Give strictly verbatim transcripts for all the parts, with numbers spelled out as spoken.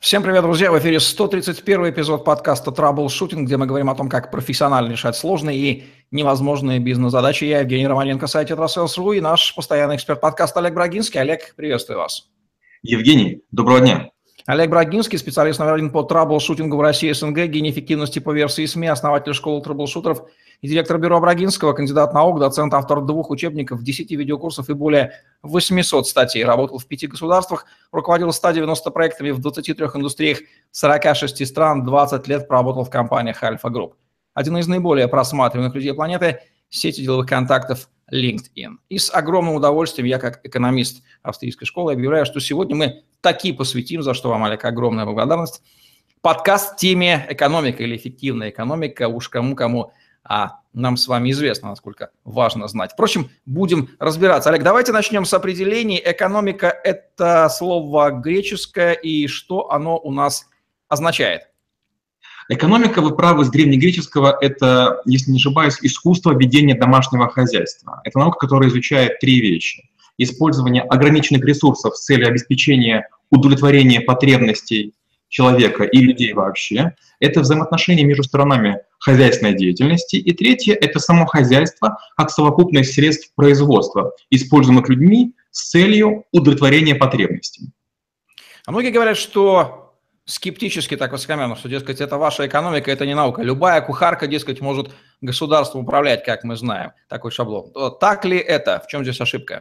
Всем привет, друзья! В эфире сто тридцать первый эпизод подкаста «Траблшутинг», где мы говорим о том, как профессионально решать сложные и невозможные бизнес-задачи. Я Евгений Романенко, сайт тетрасселс точка ру, и наш постоянный эксперт подкаста Олег Брагинский. Олег, приветствую вас. Евгений, доброго дня. Олег Брагинский, специалист номер один по траблшутингу в России и СНГ, гений эффективности по версии СМИ, основатель школы траблшутеров и директор бюро Брагинского, кандидат наук, доцент, автор двух учебников, десяти видеокурсов и более восьмисот статей. Работал в пяти государствах, руководил ста девяноста проектами в двадцати трёх индустриях сорока шести стран, двадцать лет проработал в компаниях Альфа Групп. Один из наиболее просматриваемых людей планеты – сети деловых контактов LinkedIn. И с огромным удовольствием я, как экономист австрийской школы, объявляю, что сегодня мы таки посвятим, за что вам, Олег, огромная благодарность, подкаст теме экономика или эффективная экономика, уж кому-кому, а нам с вами известно, насколько важно знать. Впрочем, будем разбираться. Олег, давайте начнем с определений. Экономика – это слово греческое, и что оно у нас означает? Экономика, вы правы, с древнегреческого – это, если не ошибаюсь, искусство ведения домашнего хозяйства. Это наука, которая изучает три вещи. Использование ограниченных ресурсов с целью обеспечения удовлетворения потребностей человека и людей вообще. Это взаимоотношения между сторонами хозяйственной деятельности. И третье – это само хозяйство как совокупность средств производства, используемых людьми с целью удовлетворения потребностей. А многие говорят, что скептически так высокомерно, что, дескать, это ваша экономика, это не наука. Любая кухарка, дескать, может государством управлять, как мы знаем. Такой шаблон. Так ли это? В чем здесь ошибка?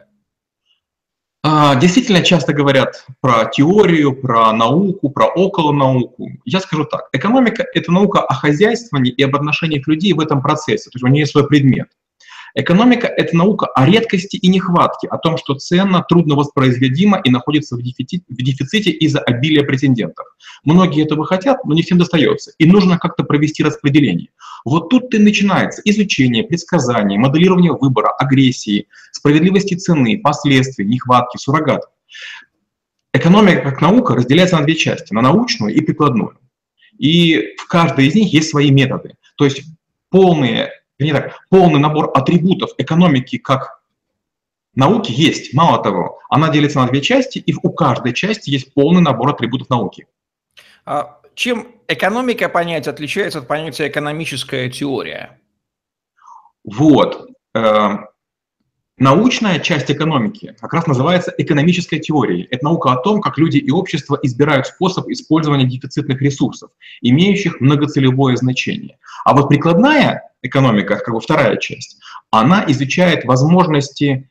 Действительно часто говорят про теорию, про науку, про околонауку. Я скажу так. Экономика — это наука о хозяйствовании и об отношениях людей в этом процессе. То есть у нее есть свой предмет. Экономика — это наука о редкости и нехватке, о том, что ценно, трудно воспроизводимо и находится в дефиците, в дефиците из-за обилия претендентов. Многие этого хотят, но не всем достается. И нужно как-то провести распределение. Вот тут и начинается изучение, предсказание, моделирование выбора, агрессии, справедливости цены, последствий, нехватки, суррогатов. Экономика как наука разделяется на две части, на научную и прикладную. И в каждой из них есть свои методы. То есть полные, не так, полный набор атрибутов экономики как науки есть. Мало того, она делится на две части, и у каждой части есть полный набор атрибутов науки. А чем экономика понятие отличается от понятия экономическая теория? Вот. Научная часть экономики как раз называется экономической теорией. Это наука о том, как люди и общество избирают способ использования дефицитных ресурсов, имеющих многоцелевое значение. А вот прикладная экономика, как бы вторая часть, она изучает возможности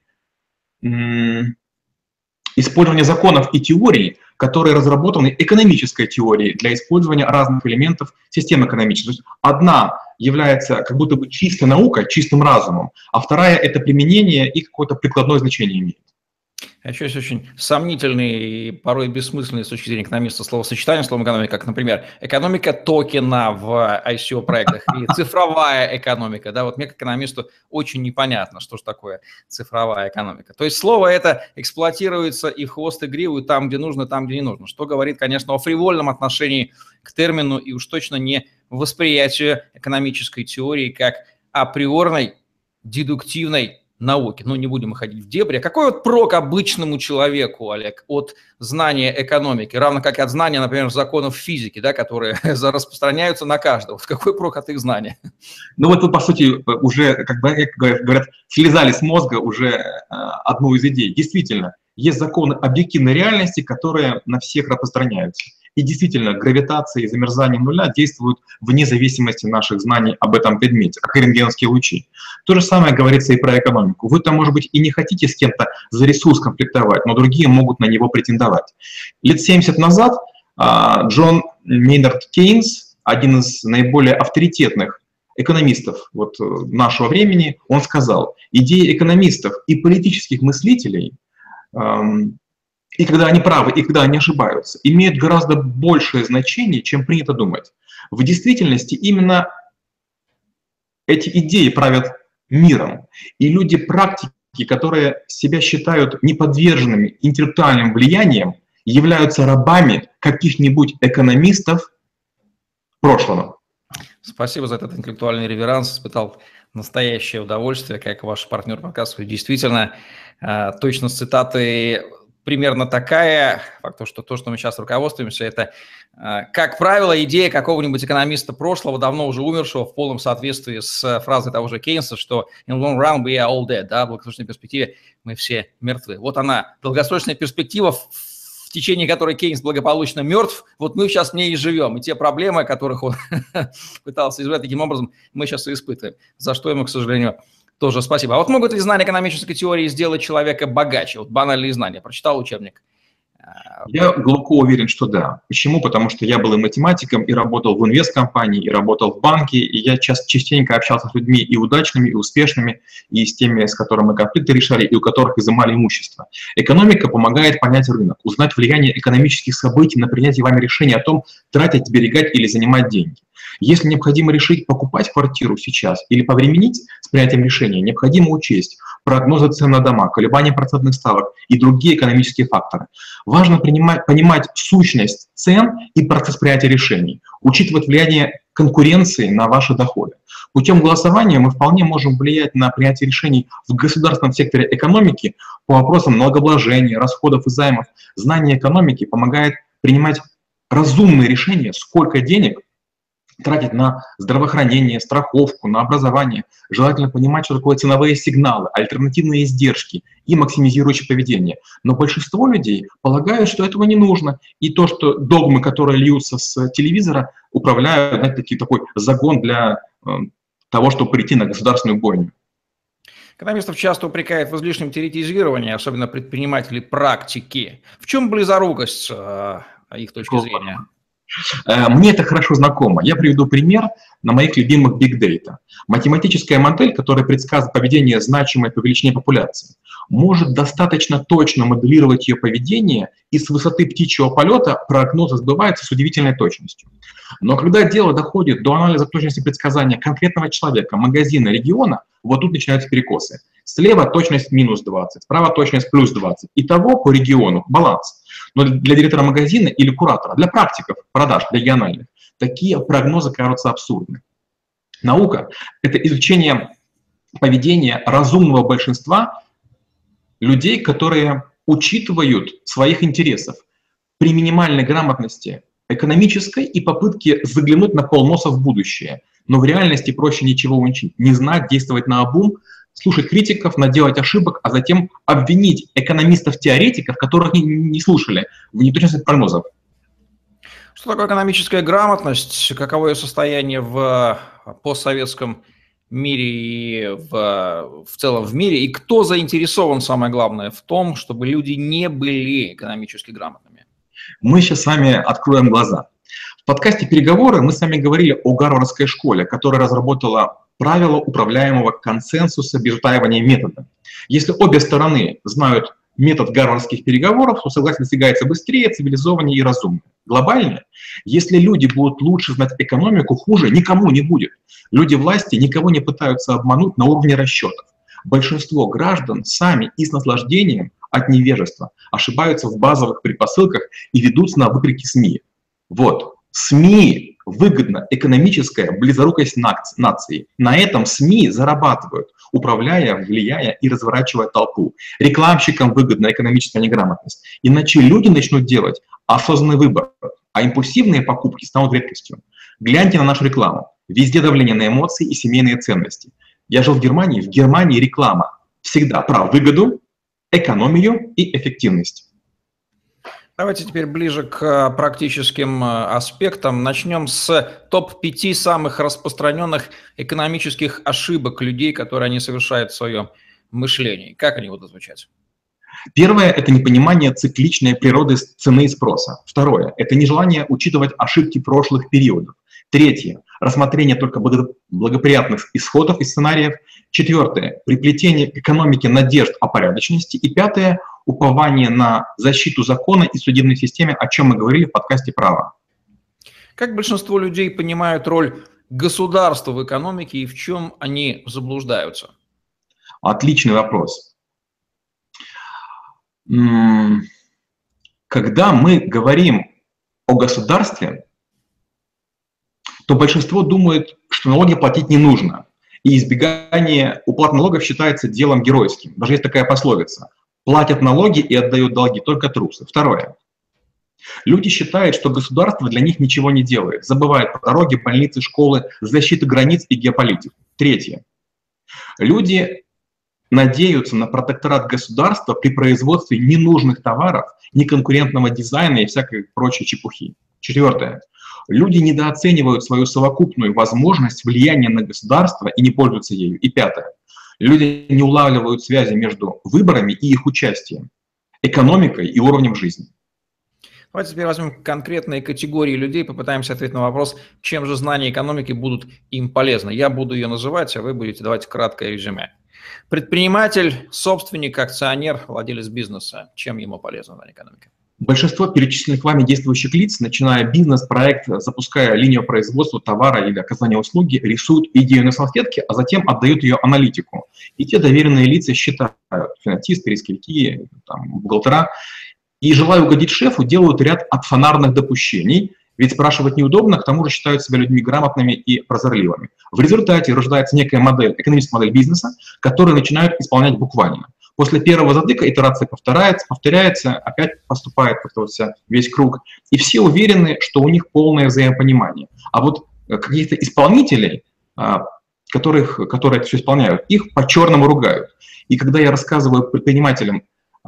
м- использования законов и теорий, которые разработаны экономической теорией для использования разных элементов системы экономической. То есть одна является как будто бы чистой наукой, чистым разумом, а вторая — это применение и какое-то прикладное значение имеет. А еще есть очень сомнительные и порой бессмысленные с точки зрения экономиста словосочетания, словом экономика, как, например, экономика токена в ай си о-проектах и цифровая экономика. Да, вот мне как экономисту очень непонятно, что же такое цифровая экономика. То есть слово это эксплуатируется и в хвост и гриву, и там, где нужно, там, где не нужно. Что говорит, конечно, о фривольном отношении к термину и уж точно не восприятию экономической теории как априорной, дедуктивной науки. Ну, не будем ходить в дебри. А какой вот прок обычному человеку, Олег, от знания экономики, равно как и от знания, например, законов физики, да, которые распространяются на каждого? Какой прок от их знания? Ну вот вы, по сути, уже, как говорят, слезали с мозга уже одну из идей. Действительно, есть законы объективной реальности, которые на всех распространяются. И действительно, гравитация и замерзание нуля действуют вне зависимости наших знаний об этом предмете, как и рентгеновские лучи. То же самое говорится и про экономику. Вы там, может быть, и не хотите с кем-то за ресурс конфликтовать, но другие могут на него претендовать. Лет семьдесят назад Джон Мейнард Кейнс, один из наиболее авторитетных экономистов вот нашего времени, он сказал: идеи экономистов и политических мыслителей, и когда они правы, и когда они ошибаются, имеют гораздо большее значение, чем принято думать. В действительности именно эти идеи правят миром. И люди практики, которые себя считают неподверженными интеллектуальным влиянием, являются рабами каких-нибудь экономистов прошлого. Спасибо за этот интеллектуальный реверанс. Испытал настоящее удовольствие, как ваш партнер подкаста. Действительно, точно с цитатой примерно такая, факт, что то, что мы сейчас руководствуемся, это, как правило, идея какого-нибудь экономиста прошлого, давно уже умершего, в полном соответствии с фразой того же Кейнса, что in long run we are all dead, да, в долгосрочной перспективе мы все мертвы. Вот она, долгосрочная перспектива, в течение которой Кейнс благополучно мертв, вот мы сейчас в ней и живем, и те проблемы, о которых он пытался избежать таким образом, мы сейчас и испытываем, за что ему, к сожалению, тоже спасибо. А вот могут ли знания экономической теории сделать человека богаче? Вот банальные знания. Прочитал учебник. Я глубоко уверен, что да. Почему? Потому что я был и математиком, и работал в инвесткомпании, и работал в банке, и я частенько общался с людьми и удачными, и успешными, и с теми, с которыми мы конфликты решали, и у которых изымали имущество. Экономика помогает понять рынок, узнать влияние экономических событий на принятие вами решения о том, тратить, сберегать или занимать деньги. Если необходимо решить, покупать квартиру сейчас или повременить с принятием решения, необходимо учесть прогнозы цен на дома, колебания процентных ставок и другие экономические факторы. Важно принимать, понимать сущность цен и процесс принятия решений, учитывать влияние конкуренции на ваши доходы. Путем голосования мы вполне можем влиять на принятие решений в государственном секторе экономики по вопросам налогообложения, расходов и займов. Знание экономики помогает принимать разумные решения, сколько денег тратить на здравоохранение, страховку, на образование. Желательно понимать, что такое ценовые сигналы, альтернативные издержки и максимизирующее поведение. Но большинство людей полагают, что этого не нужно. И то, что догмы, которые льются с телевизора, управляют, знаете, такой, такой загон для э, того, чтобы прийти на государственную бойню. Экономистов часто упрекают в излишнем теоретизировании, особенно предпринимателей практики. В чем близорукость э, их точки зрения? Мне это хорошо знакомо. Я приведу пример на моих любимых Big Data. Математическая модель, которая предсказывает поведение значимой по величине популяции, может достаточно точно моделировать ее поведение, и с высоты птичьего полета прогнозы сбываются с удивительной точностью. Но когда дело доходит до анализа точности предсказания конкретного человека, магазина, региона, вот тут начинаются перекосы. Слева точность минус двадцать, справа точность плюс двадцать. Итого по региону баланс. Но для директора магазина или куратора, для практиков продаж региональных, такие прогнозы кажутся абсурдными. Наука – это изучение поведения разумного большинства людей, которые учитывают своих интересов при минимальной грамотности экономической и попытке заглянуть на полноса в будущее. Но в реальности проще ничего учить, не знать, действовать наобум, слушать критиков, наделать ошибок, а затем обвинить экономистов-теоретиков, которых не, не слушали, в неточности прогнозов. Что такое экономическая грамотность? Каково ее состояние в постсоветском мире и в, в целом в мире? И кто заинтересован, самое главное, в том, чтобы люди не были экономически грамотными? Мы сейчас с вами откроем глаза. В подкасте «Переговоры» мы с вами говорили о Гарвардской школе, которая разработала правила управляемого консенсуса без утаивания метода. Если обе стороны знают метод гарвардских переговоров, то согласие достигается быстрее, цивилизованнее и разумнее. Глобально, если люди будут лучше знать экономику, хуже никому не будет. Люди власти никого не пытаются обмануть на уровне расчетов. Большинство граждан сами и с наслаждением от невежества ошибаются в базовых предпосылках и ведутся на выкрики СМИ. Вот. СМИ выгодна экономическая близорукость нации. На этом СМИ зарабатывают, управляя, влияя и разворачивая толпу. Рекламщикам выгодна экономическая неграмотность. Иначе люди начнут делать осознанный выбор, а импульсивные покупки станут редкостью. Гляньте на нашу рекламу. Везде давление на эмоции и семейные ценности. Я жил в Германии. В Германии реклама всегда про выгоду, экономию и эффективность. Давайте теперь ближе к практическим аспектам. Начнем с топ пяти самых распространенных экономических ошибок людей, которые они совершают в своем мышлении. Как они будут звучать? Первое – это непонимание цикличной природы цены и спроса. Второе – это нежелание учитывать ошибки прошлых периодов. Третье – рассмотрение только благоприятных исходов и сценариев. Четвертое – приплетение к экономике надежд о порядочности. И пятое – упование на защиту закона и судебной системы, о чем мы говорили в подкасте «Право». Как большинство людей понимают роль государства в экономике и в чем они заблуждаются? Отличный вопрос. Когда мы говорим о государстве, то большинство думает, что налоги платить не нужно, и избегание уплат налогов считается делом геройским. Даже есть такая пословица: Платят налоги и отдают долги только трусы. Второе. Люди считают, что государство для них ничего не делает. Забывают про дороги, больницы, школы, защиту границ и геополитику. Третье. Люди надеются на протекторат государства при производстве ненужных товаров, неконкурентного дизайна и всякой прочей чепухи. Четвертое. Люди недооценивают свою совокупную возможность влияния на государство и не пользуются ею. И пятое. Люди не улавливают связи между выборами и их участием, экономикой и уровнем жизни. Давайте теперь возьмем конкретные категории людей, попытаемся ответить на вопрос, чем же знания экономики будут им полезны. Я буду ее называть, а вы будете давать краткое резюме. Предприниматель, собственник, акционер, владелец бизнеса. Чем ему полезно знание экономики? Большинство перечисленных вами действующих лиц, начиная бизнес, проект, запуская линию производства товара или оказания услуги, рисуют идею на салфетке, а затем отдают ее аналитику. И те доверенные лица считают, финансисты, рисковики, там, бухгалтера, и, желая угодить шефу, делают ряд абфонарных допущений, ведь спрашивать неудобно, к тому же считают себя людьми грамотными и прозорливыми. В результате рождается некая модель, экономическая модель бизнеса, которую начинают исполнять буквально. После первого затыка итерация повторяется, повторяется, опять поступает повторяется весь круг, и все уверены, что у них полное взаимопонимание. А вот каких-то исполнителей, которых, которые это все исполняют, их по-черному ругают. И когда я рассказываю предпринимателям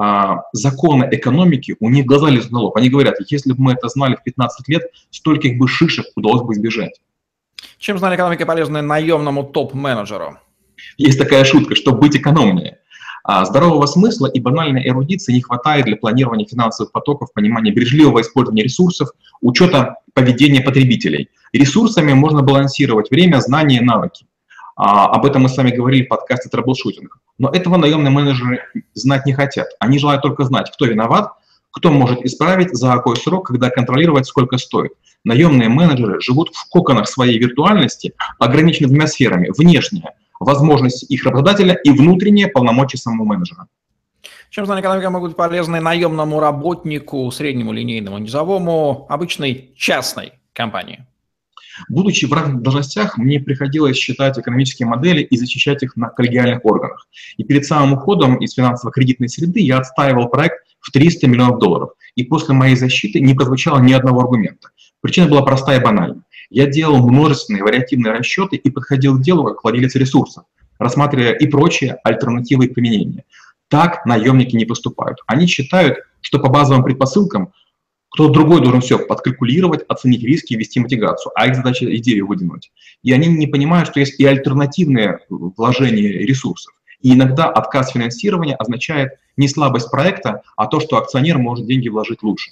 законы экономики, у них глаза лезут на лоб. Они говорят, если бы мы это знали в пятнадцать лет, стольких бы шишек удалось бы избежать. Чем знание экономики полезно наемному топ-менеджеру? Есть такая шутка, чтобы быть экономнее. А здорового смысла и банальной эрудиции не хватает для планирования финансовых потоков, понимания бережливого использования ресурсов, учета поведения потребителей. Ресурсами можно балансировать время, знания, навыки. А, об этом мы с вами говорили в подкасте «Траблшутинг». Но этого наемные менеджеры знать не хотят. Они желают только знать, кто виноват, кто может исправить, за какой срок, когда контролировать, сколько стоит. Наемные менеджеры живут в коконах своей виртуальности, ограничены двумя сферами. Внешняя — возможности их работодателя, и внутренние полномочия самого менеджера. Чем знания экономики могут быть полезны наемному работнику, среднему, линейному, низовому, обычной частной компании? Будучи в разных должностях, мне приходилось считать экономические модели и защищать их на коллегиальных органах. И перед самым уходом из финансово-кредитной среды я отстаивал проект в триста миллионов долларов. И после моей защиты не прозвучало ни одного аргумента. Причина была простая и банальна. Я делал множественные вариативные расчеты и подходил к делу как владелец ресурсов, рассматривая и прочие альтернативы и применения. Так наемники не поступают. Они считают, что по базовым предпосылкам кто-то другой должен все подкалькулировать, оценить риски и вести мотивацию, а их задача идею выдвинуть. И они не понимают, что есть и альтернативные вложения ресурсов. И иногда отказ финансирования означает не слабость проекта, а то, что акционер может деньги вложить лучше.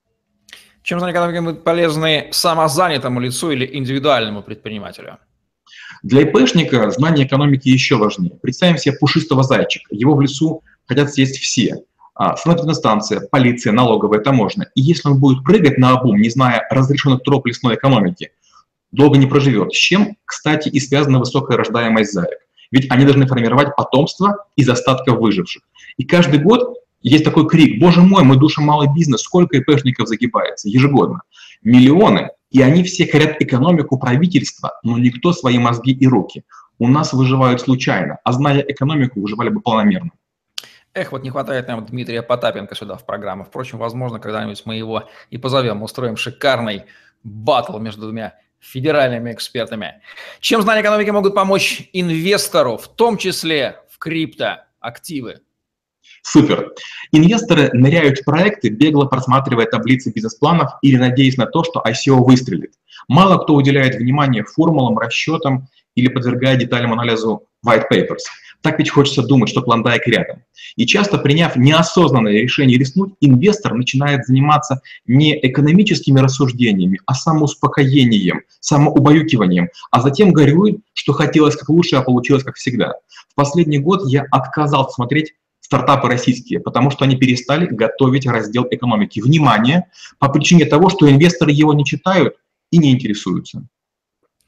Чем знания экономики будут полезны самозанятому лицу или индивидуальному предпринимателю? Для ИПшника знание экономики еще важнее. Представим себе пушистого зайчика. Его в лесу хотят съесть все. Санитарная станция, полиция, налоговая, таможня. И если он будет прыгать наобум, не зная разрешенных троп лесной экономики, долго не проживет. С чем, кстати, и связана высокая рождаемость заек. Ведь они должны формировать потомство из остатков выживших. И каждый год есть такой крик: «Боже мой, мы душим малый бизнес, сколько ИПшников загибается?» Ежегодно. Миллионы. И они все хотят экономику правительства, но никто свои мозги и руки. У нас выживают случайно, а зная экономику, выживали бы полномерно. Эх, вот не хватает нам Дмитрия Потапенко сюда в программу. Впрочем, возможно, когда-нибудь мы его и позовем, устроим шикарный баттл между двумя федеральными экспертами. Чем знания экономики могут помочь инвестору, в том числе в криптоактивы? Супер. Инвесторы ныряют в проекты, бегло просматривая таблицы бизнес-планов или надеясь на то, что ай си о выстрелит. Мало кто уделяет внимание формулам, расчетам или подвергает детальному анализу white papers. Так ведь хочется думать, что клондайк рядом. И часто, приняв неосознанное решение рискнуть, инвестор начинает заниматься не экономическими рассуждениями, а самоуспокоением, самоубаюкиванием, а затем горюет, что хотелось как лучше, а получилось как всегда. В последний год я отказался смотреть стартапы российские, потому что они перестали готовить раздел экономики. Внимание, по причине того, что инвесторы его не читают и не интересуются.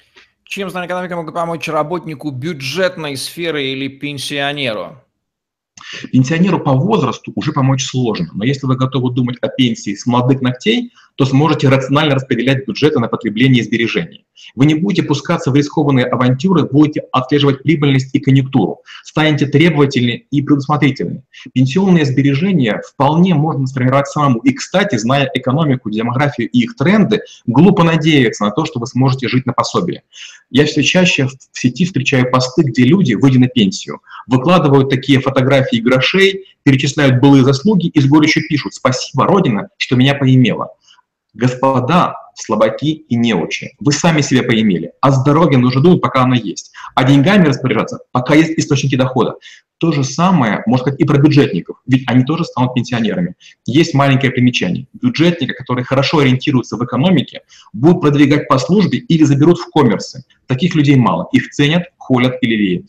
Чем знания экономики могут помочь работнику бюджетной сферы или пенсионеру? Пенсионеру по возрасту уже помочь сложно, но если вы готовы думать о пенсии с молодых ногтей, то сможете рационально распределять бюджеты на потребление и сбережения. Вы не будете пускаться в рискованные авантюры, будете отслеживать прибыльность и конъюнктуру, станете требовательны и предусмотрительны. Пенсионные сбережения вполне можно сформировать самому. И, кстати, зная экономику, демографию и их тренды, глупо надеяться на то, что вы сможете жить на пособие. Я все чаще в сети встречаю посты, где люди, выйдя на пенсию, выкладывают такие фотографии грошей, перечисляют былые заслуги и с горечью пишут: «Спасибо, Родина, что меня поимела». Господа, слабаки и неучи, вы сами себя поимели. О здоровье нужно думать, пока оно есть. А деньгами распоряжаться, пока есть источники дохода. То же самое, можно сказать, и про бюджетников, ведь они тоже станут пенсионерами. Есть маленькое примечание. Бюджетники, которые хорошо ориентируются в экономике, будут продвигать по службе или заберут в коммерсы. Таких людей мало. Их ценят, холят и лелеют.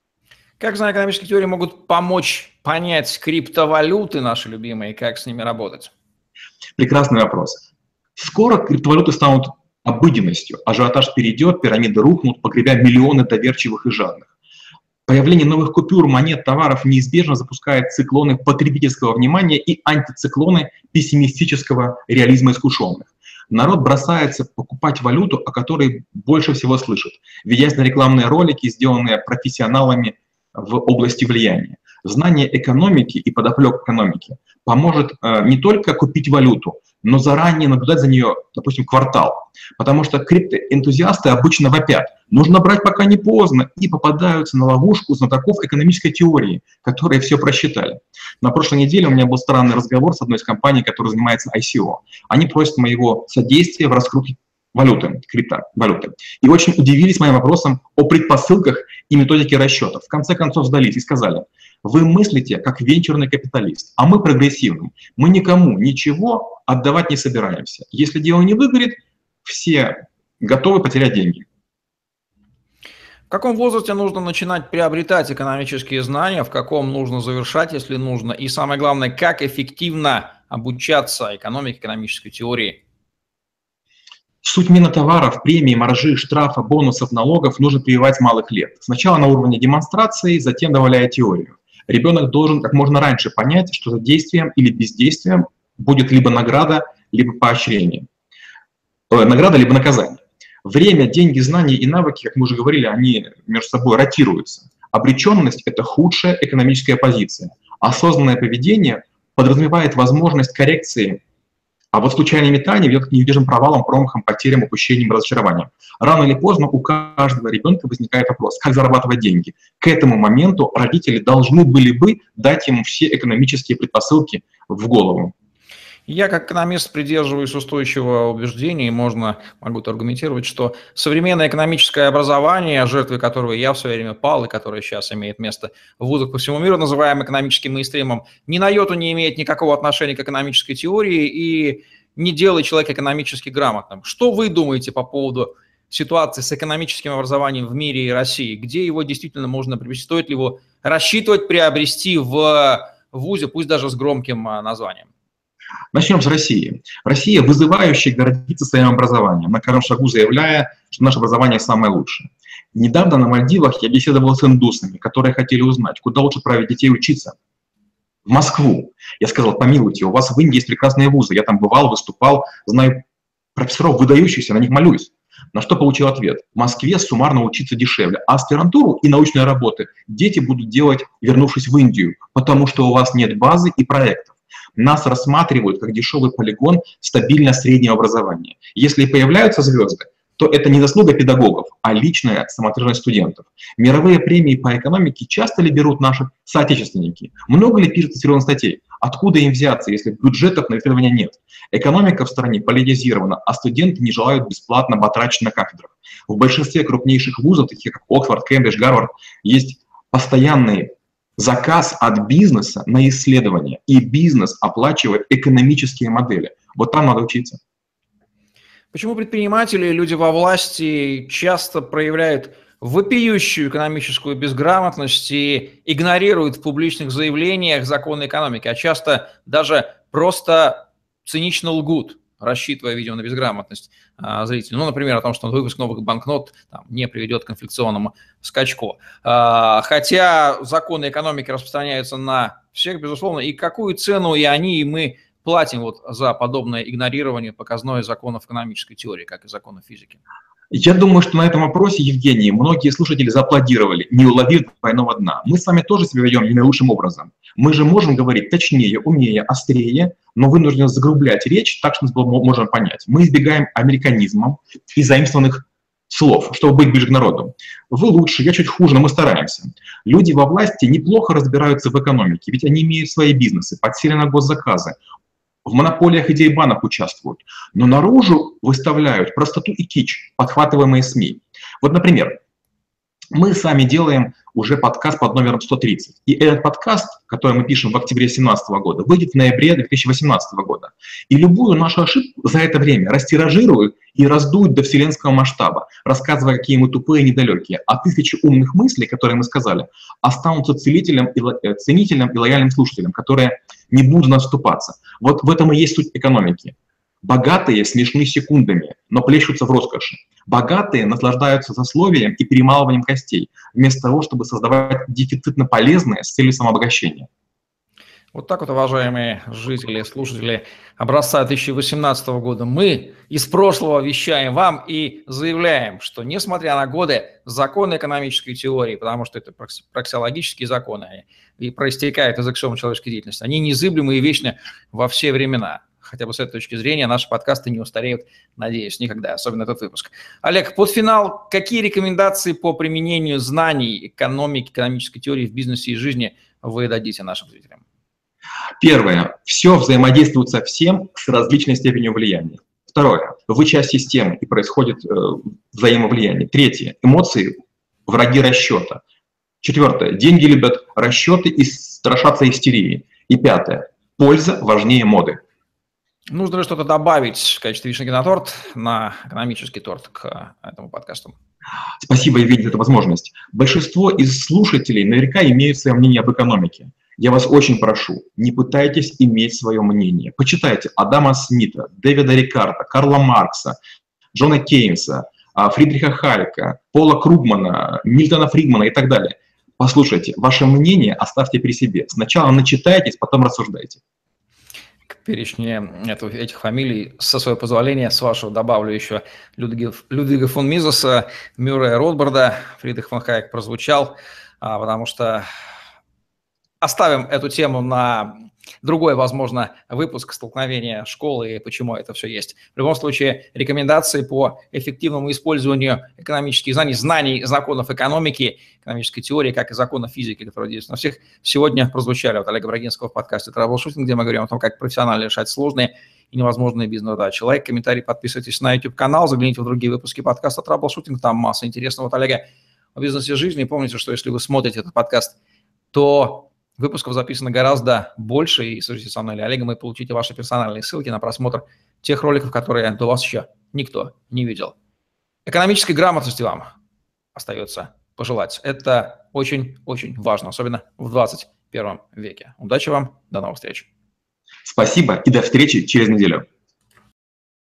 Как знания экономической теории могут помочь понять криптовалюты наши любимые и как с ними работать? Прекрасный вопрос. Скоро криптовалюты станут обыденностью, ажиотаж перейдет, пирамиды рухнут, погребя миллионы доверчивых и жадных. Появление новых купюр, монет, товаров неизбежно запускает циклоны потребительского внимания и антициклоны пессимистического реализма искушенных. Народ бросается покупать валюту, о которой больше всего слышит, ведясь на рекламные ролики, сделанные профессионалами в области влияния. Знание экономики и подоплек экономики поможет э, не только купить валюту, но заранее наблюдать за нее, допустим, квартал. Потому что криптоэнтузиасты обычно вопят: нужно брать, пока не поздно, и попадаются на ловушку знатоков экономической теории, которые все просчитали. На прошлой неделе у меня был странный разговор с одной из компаний, которая занимается ай си о. Они просят моего содействия в раскрутке валюты, криптовалюты. И очень удивились моим вопросом о предпосылках и методике расчетов. В конце концов сдались и сказали: вы мыслите как венчурный капиталист, а мы прогрессивным. Мы никому ничего отдавать не собираемся. Если дело не выгорит, все готовы потерять деньги. В каком возрасте нужно начинать приобретать экономические знания, в каком нужно завершать, если нужно? И самое главное, как эффективно обучаться экономике, экономической теории? Суть минотоваров, премий, маржи, штрафа, бонусов, налогов нужно прививать с малых лет. Сначала на уровне демонстрации, затем добавляя теорию. Ребенок должен как можно раньше понять, что за действием или бездействием будет либо награда, либо поощрение. Э, награда, либо наказание. Время, деньги, знания и навыки, как мы уже говорили, они между собой ротируются. Обреченность – это худшая экономическая позиция. Осознанное поведение подразумевает возможность коррекции. А вот случайное метание ведет к неизбежным провалам, промахам, потерям, упущениям, разочарованиям. Рано или поздно у каждого ребенка возникает вопрос: как зарабатывать деньги? К этому моменту родители должны были бы дать ему все экономические предпосылки в голову. Я как экономист придерживаюсь устойчивого убеждения, и можно, могу аргументировать, что современное экономическое образование, жертвой которого я в свое время пал, и которое сейчас имеет место в вузах по всему миру, называемым экономическим мейнстримом, ни на йоту не имеет никакого отношения к экономической теории и не делает человека экономически грамотным. Что вы думаете по поводу ситуации с экономическим образованием в мире и России? Где его действительно можно приобрести? Стоит ли его рассчитывать, приобрести в вузе, пусть даже с громким названием? Начнем с России. Россия вызывающе гордится своим образованием, на каждом шагу заявляя, что наше образование самое лучшее. Недавно на Мальдивах я беседовал с индусами, которые хотели узнать, куда лучше отправить детей учиться. В Москву. Я сказал: помилуйте, у вас в Индии есть прекрасные вузы. Я там бывал, выступал, знаю профессоров выдающихся, на них молюсь. На что получил ответ: в Москве суммарно учиться дешевле, а аспирантуру и научные работы дети будут делать, вернувшись в Индию, потому что у вас нет базы и проектов. Нас рассматривают как дешевый полигон стабильно среднего образования. Если и появляются звезды, то это не заслуга педагогов, а личная самоотверженность студентов. Мировые премии по экономике часто ли берут наши соотечественники? Много ли пишется серьезных статей? Откуда им взяться, если бюджетов на исследования нет? Экономика в стране политизирована, а студенты не желают бесплатно батрачить на кафедрах. В большинстве крупнейших вузов, таких как Оксфорд, Кембридж, Гарвард, есть постоянные заказ от бизнеса на исследования, и бизнес оплачивает экономические модели. Вот там надо учиться. Почему предприниматели, люди во власти часто проявляют вопиющую экономическую безграмотность и игнорируют в публичных заявлениях законы экономики, а часто даже просто цинично лгут? рассчитывая, видимо, на безграмотность а, зрителей. Ну, например, о том, что выпуск новых банкнот там, не приведет к инфляционному скачку. А, хотя законы экономики распространяются на всех, безусловно, и какую цену и они, и мы платим вот за подобное игнорирование показное законов экономической теории, как и законов физики? Я думаю, что на этом вопросе, Евгений, многие слушатели зааплодировали, не уловив двойного дна. Мы с вами тоже себя ведем не наилучшим образом. Мы же можем говорить точнее, умнее, острее, но вынуждены загрублять речь так, что мы можем понять. Мы избегаем американизмом и заимствованных слов, чтобы быть ближе к народу. Вы лучше, я чуть хуже, но мы стараемся. Люди во власти неплохо разбираются в экономике, ведь они имеют свои бизнесы, подсели на госзаказы, в монополиях идей банок участвуют, но наружу выставляют простоту и кич, подхватываемые СМИ. Вот, например, мы сами делаем уже подкаст под номером сто тридцать. И этот подкаст, который мы пишем в октябре две тысячи семнадцатого года, выйдет в ноябре две тысячи восемнадцатого года. И любую нашу ошибку за это время растиражируют и раздуют до вселенского масштаба, рассказывая, какие мы тупые и недалекие. А тысячи умных мыслей, которые мы сказали, останутся целителем и, ценителем и лояльным слушателем, которые не будут нас вступаться. Вот в этом и есть суть экономики. Богатые смешны секундами, но плещутся в роскоши. Богатые наслаждаются сословием и перемалыванием костей, вместо того, чтобы создавать дефицитно полезное с целью самообогащения. Вот так вот, уважаемые жители, слушатели образца две тысячи восемнадцатого года, мы из прошлого вещаем вам и заявляем, что несмотря на годы законы экономической теории, потому что это праксиологические законы и проистекают из аксиом человеческой деятельности, они незыблемы и вечны во все времена. Хотя бы с этой точки зрения наши подкасты не устареют, надеюсь, никогда, особенно этот выпуск. Олег, под финал, какие рекомендации по применению знаний экономики, экономической теории в бизнесе и жизни вы дадите нашим зрителям? Первое. Все взаимодействует со всем с различной степенью влияния. Второе. Вы часть системы, и происходит э, взаимовлияние. Третье. Эмоции – враги расчета. Четвертое. Деньги любят расчеты и страшатся истерии. И пятое. Польза важнее моды. Нужно ли что-то добавить в качестве вишенки на торт, на экономический торт к этому подкасту? Спасибо, Евгений, за эту возможность. Большинство из слушателей наверняка имеют свое мнение об экономике. Я вас очень прошу, не пытайтесь иметь свое мнение. Почитайте Адама Смита, Дэвида Рикарда, Карла Маркса, Джона Кейнса, Фридриха Хайека, Пола Кругмана, Мильтона Фридмана и так далее. Послушайте, ваше мнение оставьте при себе. Сначала начитайтесь, потом рассуждайте. К перечню этих фамилий, со своего позволения, с вашего, добавлю еще Людвига, Людвига фон Мизеса, Мюррея Ротбарда. Фридрих фон Хайек прозвучал, потому что оставим эту тему на другой, возможно, выпуск столкновения школы и почему это все есть. В любом случае, рекомендации по эффективному использованию экономических знаний, знаний законов экономики, экономической теории, как и законов физики, которые действуют на всех, сегодня прозвучали от Олега Брагинского в подкасте «Траблшутинг», где мы говорим о том, как профессионально решать сложные и невозможные бизнес-задачи. Лайк, комментарий, подписывайтесь на YouTube-канал, загляните в другие выпуски подкаста «Траблшутинг», там масса интересного от Олега о бизнесе жизни. И помните, что если вы смотрите этот подкаст, то выпусков записано гораздо больше, и свяжитесь со мной или Олегом, и получите ваши персональные ссылки на просмотр тех роликов, которые до вас еще никто не видел. Экономической грамотности вам остается пожелать. Это очень-очень важно, особенно в двадцать первом веке. Удачи вам, до новых встреч. Спасибо и до встречи через неделю.